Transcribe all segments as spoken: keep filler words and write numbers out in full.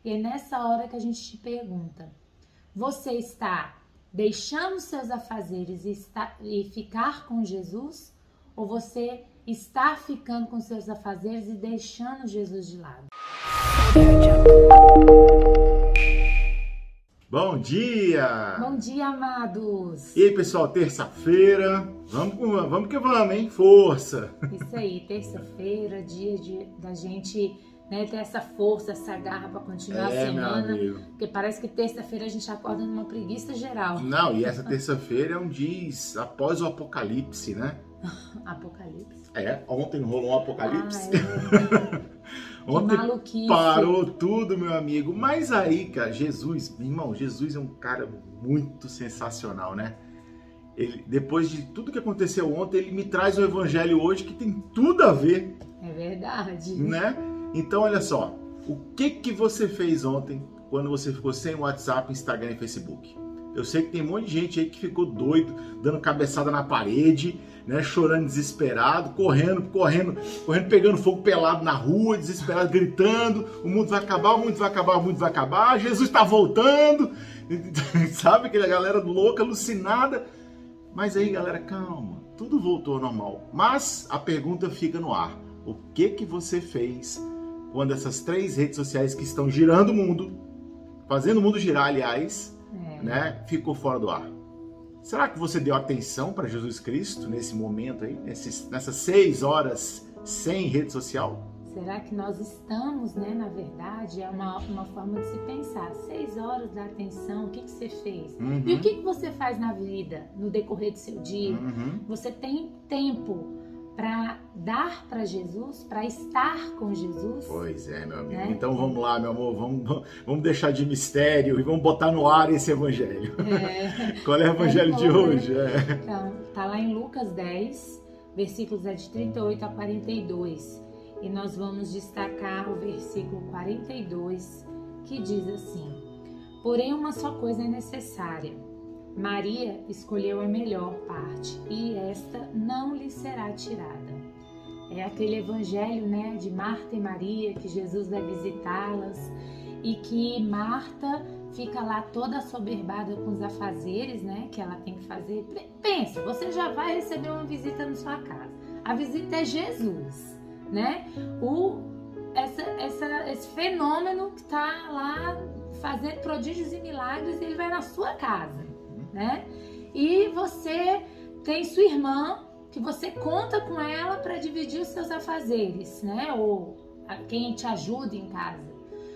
E é nessa hora que a gente te pergunta, você está deixando seus afazeres e, está, e ficar com Jesus? Ou você está ficando com seus afazeres e deixando Jesus de lado? Bom dia! Bom dia, amados! E aí, pessoal, terça-feira, vamos, vamos que vamos, hein? Força! Isso aí, terça-feira, dia de, da gente, né, ter essa força, essa garra para continuar é, a semana, meu amigo. Porque parece que terça-feira a gente acorda numa preguiça geral. Não, e essa terça-feira é um dia após o apocalipse, né? Apocalipse? É, ontem rolou um apocalipse. Ah, é. Ontem maluquice. Parou tudo, meu amigo. Mas aí, cara, Jesus, meu irmão, Jesus é um cara muito sensacional, né? Ele, depois de tudo que aconteceu ontem, ele me traz o evangelho hoje que tem tudo a ver. É verdade. Né? Então, olha só, o que que você fez ontem quando você ficou sem WhatsApp, Instagram e Facebook? Eu sei que tem um monte de gente aí que ficou doido, dando cabeçada na parede, né, chorando desesperado, correndo, correndo, correndo, pegando fogo pelado na rua, desesperado, gritando, o mundo vai acabar, o mundo vai acabar, o mundo vai acabar, Jesus está voltando, sabe, aquela galera louca, alucinada. Mas aí, galera, calma, tudo voltou ao normal. Mas a pergunta fica no ar, o que que você fez quando essas três redes sociais que estão girando o mundo, fazendo o mundo girar, aliás, é. né, ficou fora do ar? Será que você deu atenção para Jesus Cristo nesse momento aí, nesses, nessas seis horas sem rede social? Será que nós estamos, né, na verdade, é uma, uma forma de se pensar, seis horas da atenção, o que, que você fez? Uhum. E o que, que você faz na vida, no decorrer do seu dia? Uhum. Você tem tempo para dar para Jesus, para estar com Jesus? Pois é, meu amigo. Né? Então vamos lá, meu amor, vamos, vamos deixar de mistério e vamos botar no ar esse evangelho. É. Qual é o evangelho é de hoje? É. Então, tá lá em Lucas dez, versículos é de trinta e oito a quarenta e dois. E nós vamos destacar o versículo quarenta e dois, que diz assim: porém uma só coisa é necessária. Maria escolheu a melhor parte, e esta não lhe será tirada. É aquele evangelho, né, de Marta e Maria, que Jesus vai visitá-las, e que Marta fica lá toda assoberbada com os afazeres, né, que ela tem que fazer. Pensa, você já vai receber uma visita na sua casa. A visita é Jesus, né? O, essa, essa, esse fenômeno que está lá fazendo prodígios e milagres, ele vai na sua casa, né? E você tem sua irmã, que você conta com ela para dividir os seus afazeres, né? Ou quem te ajuda em casa.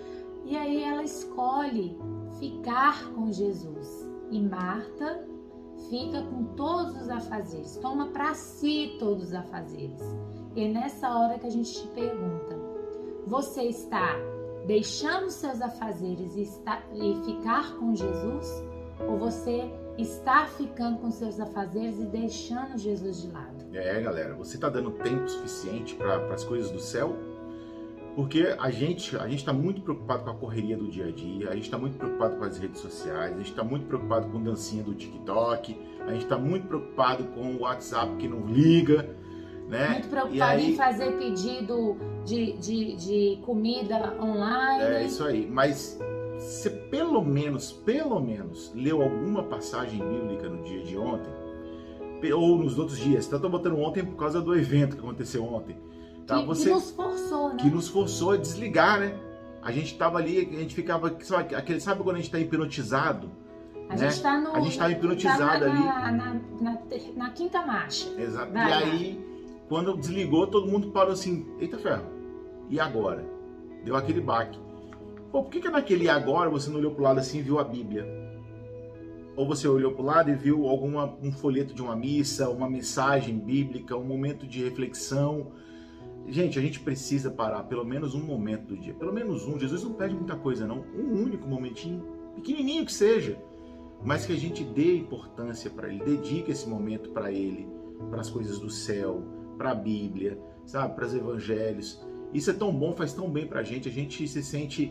E aí ela escolhe ficar com Jesus. E Marta fica com todos os afazeres, toma para si todos os afazeres. E é nessa hora que a gente te pergunta, você está deixando seus afazeres e, está, e ficar com Jesus? Ou você está ficando com seus afazeres e deixando Jesus de lado? É, galera, você está dando tempo suficiente para as coisas do céu? Porque a gente a gente está muito preocupado com a correria do dia a dia, a gente está muito preocupado com as redes sociais, a gente está muito preocupado com dancinha do TikTok, a gente está muito preocupado com o WhatsApp que não liga, né? Muito preocupado aí, em fazer pedido de, de, de comida online. É isso aí, mas você pelo menos, pelo menos, leu alguma passagem bíblica no dia de ontem? Ou nos outros dias? Estou botando ontem por causa do evento que aconteceu ontem. Tá? Que, Você, que nos forçou, né? Que nos forçou a desligar, né? A gente tava ali, a gente ficava... Sabe, aquele, sabe quando a gente tá hipnotizado? A né? gente tá no... A gente tava hipnotizado tá na, ali. Na, na, na, na quinta marcha. Exato. Vai, e aí, vai. Quando desligou, todo mundo parou assim, eita ferro, e agora? Deu aquele baque. Pô, por que que naquele e agora você não olhou pro lado assim e viu a Bíblia? Ou você olhou pro lado e viu alguma, um folheto de uma missa, uma mensagem bíblica, um momento de reflexão? Gente, a gente precisa parar pelo menos um momento do dia. Pelo menos um. Jesus não pede muita coisa, não. Um único momentinho, pequenininho que seja. Mas que a gente dê importância para ele, dedique esse momento para ele, para as coisas do céu, para a Bíblia, sabe, para os evangelhos. Isso é tão bom, faz tão bem pra gente, a gente se sente,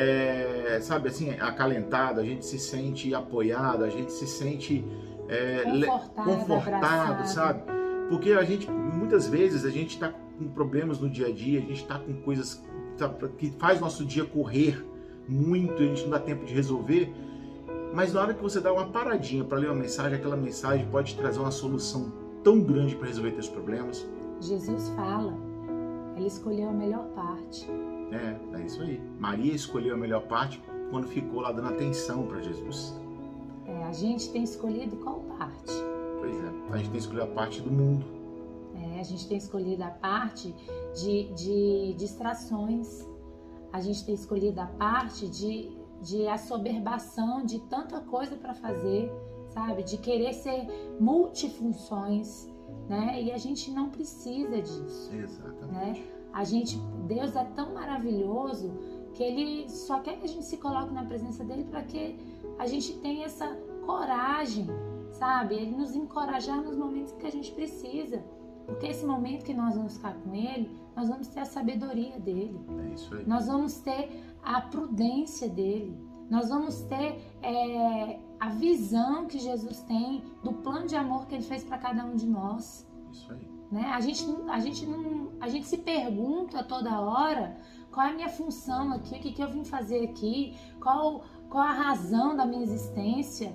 é, sabe, assim, acalentado, a gente se sente apoiado, a gente se sente é, confortado, confortado sabe? Porque a gente, muitas vezes, a gente tá com problemas no dia a dia, a gente tá com coisas sabe, que faz nosso dia correr, muito, a gente não dá tempo de resolver, mas na hora que você dá uma paradinha para ler uma mensagem, aquela mensagem pode te trazer uma solução tão grande para resolver teus problemas. Jesus fala, ela escolheu a melhor parte. É, é isso aí. Maria escolheu a melhor parte quando ficou lá dando atenção para Jesus. É, a gente tem escolhido qual parte? Pois é, a gente tem escolhido a parte do mundo. É, a gente tem escolhido a parte de, de distrações. A gente tem escolhido a parte de, de assoberbação, de tanta coisa para fazer, sabe? De querer ser multifunções, né? E a gente não precisa disso. Exatamente. Né? A gente, Deus é tão maravilhoso que Ele só quer que a gente se coloque na presença dEle para que a gente tenha essa coragem, sabe? Ele nos encorajar nos momentos que a gente precisa. Porque esse momento que nós vamos ficar com Ele, nós vamos ter a sabedoria dEle. É isso aí. Nós vamos ter a prudência dEle. Nós vamos ter é, a visão que Jesus tem do plano de amor que Ele fez para cada um de nós. Isso aí. Né? A gente, a, gente não, a gente se pergunta toda hora qual é a minha função aqui, o que, que eu vim fazer aqui, qual, qual a razão da minha existência.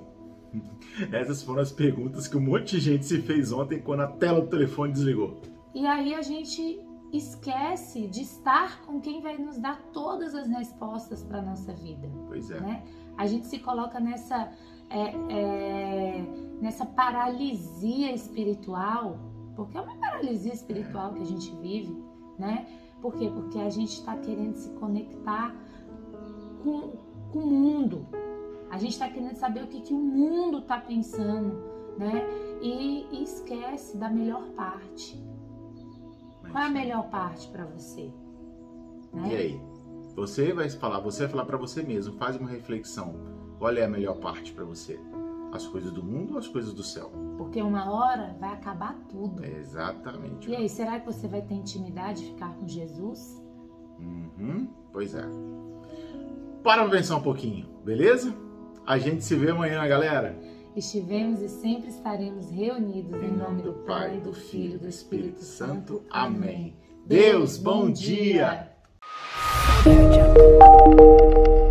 Essas foram as perguntas que um monte de gente se fez ontem quando a tela do telefone desligou. E aí a gente esquece de estar com quem vai nos dar todas as respostas para a nossa vida. Pois é. Né? A gente se coloca nessa, é, é, nessa paralisia espiritual, porque é uma paralisia espiritual que a gente vive, né? Por quê? Porque a gente está querendo se conectar com, com o mundo. A gente está querendo saber o que, que o mundo está pensando, né? E, e esquece da melhor parte. Mas, qual é a melhor parte para você? Né? E aí? Você vai falar, você vai falar para você mesmo, faz uma reflexão. Qual é a melhor parte para você? As coisas do mundo ou as coisas do céu? Porque uma hora vai acabar tudo. É exatamente. E aí, será que você vai ter intimidade de ficar com Jesus? Uhum, pois é. Para pra pensar um pouquinho, beleza? A gente se vê amanhã, galera. Estivemos e sempre estaremos reunidos em, em nome do Pai, do Filho e do Espírito Santo. Amém. Deus, bom dia! dia.